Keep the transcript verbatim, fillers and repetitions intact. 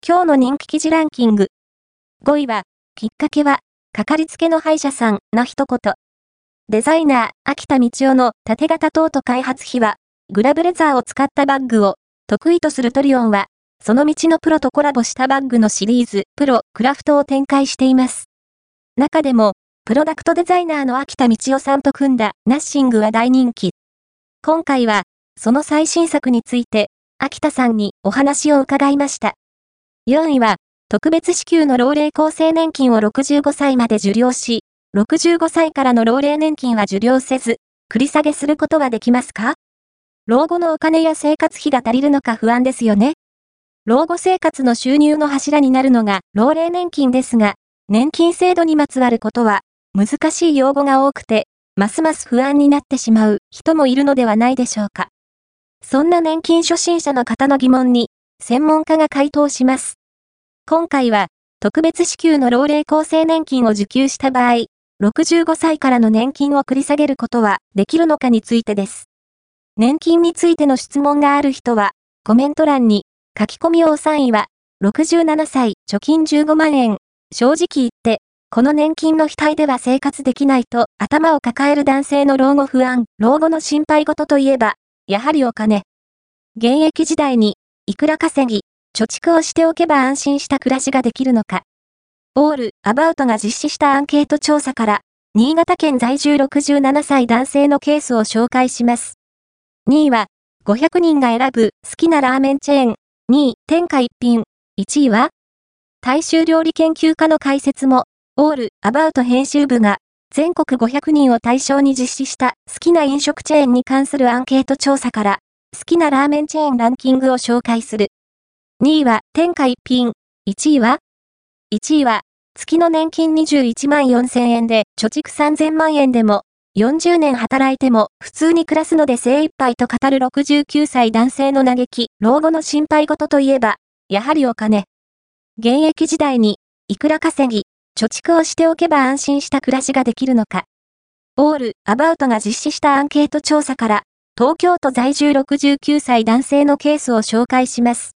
今日の人気記事ランキング。ごいは、きっかけは、かかりつけの歯医者さんの一言。デザイナー、秋田道夫の縦型トート開発費は、グラブレザーを使ったバッグを得意とするトリオンは、その道のプロとコラボしたバッグのシリーズ、プロ、クラフトを展開しています。中でも、プロダクトデザイナーの秋田道夫さんと組んだナッシングは大人気。今回は、その最新作について、秋田さんにお話を伺いました。よんいは、特別支給の老齢厚生年金をろくじゅうごさいまで受領し、ろくじゅうごさいからの老齢年金は受領せず、繰り下げすることはできますか？老後のお金や生活費が足りるのか不安ですよね。老後生活の収入の柱になるのが老齢年金ですが、年金制度にまつわることは難しい用語が多くて、ますます不安になってしまう人もいるのではないでしょうか。そんな年金初心者の方の疑問に、専門家が回答します。今回は、特別支給の老齢厚生年金を受給した場合、ろくじゅうごさいからの年金を繰り下げることはできるのかについてです。年金についての質問がある人は、コメント欄に書き込みを。さんいは、ろくじゅうななさい、貯金じゅうごまんえん。正直言って、この年金の額では生活できないと頭を抱える男性の老後不安、老後の心配事といえば、やはりお金。現役時代に、いくら稼ぎ、貯蓄をしておけば安心した暮らしができるのか。オール・アバウトが実施したアンケート調査から、新潟県在住ろくじゅうななさい男性のケースを紹介します。にいは、ごひゃくにんが選ぶ好きなラーメンチェーン。にい、天下一品。いちいは、大衆料理研究家の解説も、オール・アバウト編集部が、全国ごひゃくにんを対象に実施した好きな飲食チェーンに関するアンケート調査から、好きなラーメンチェーンランキングを紹介する。にいは、天下一品。いちいは ?いち 位は、月の年金にじゅういちまんよんせんえんで、貯蓄さんぜんまんえんでも、よんじゅうねん働いても、普通に暮らすので精一杯と語るろくじゅうきゅうさい男性の嘆き、老後の心配事といえば、やはりお金。現役時代に、いくら稼ぎ、貯蓄をしておけば安心した暮らしができるのか。オール・アバウトが実施したアンケート調査から、東京都在住ろくじゅうきゅうさい男性のケースを紹介します。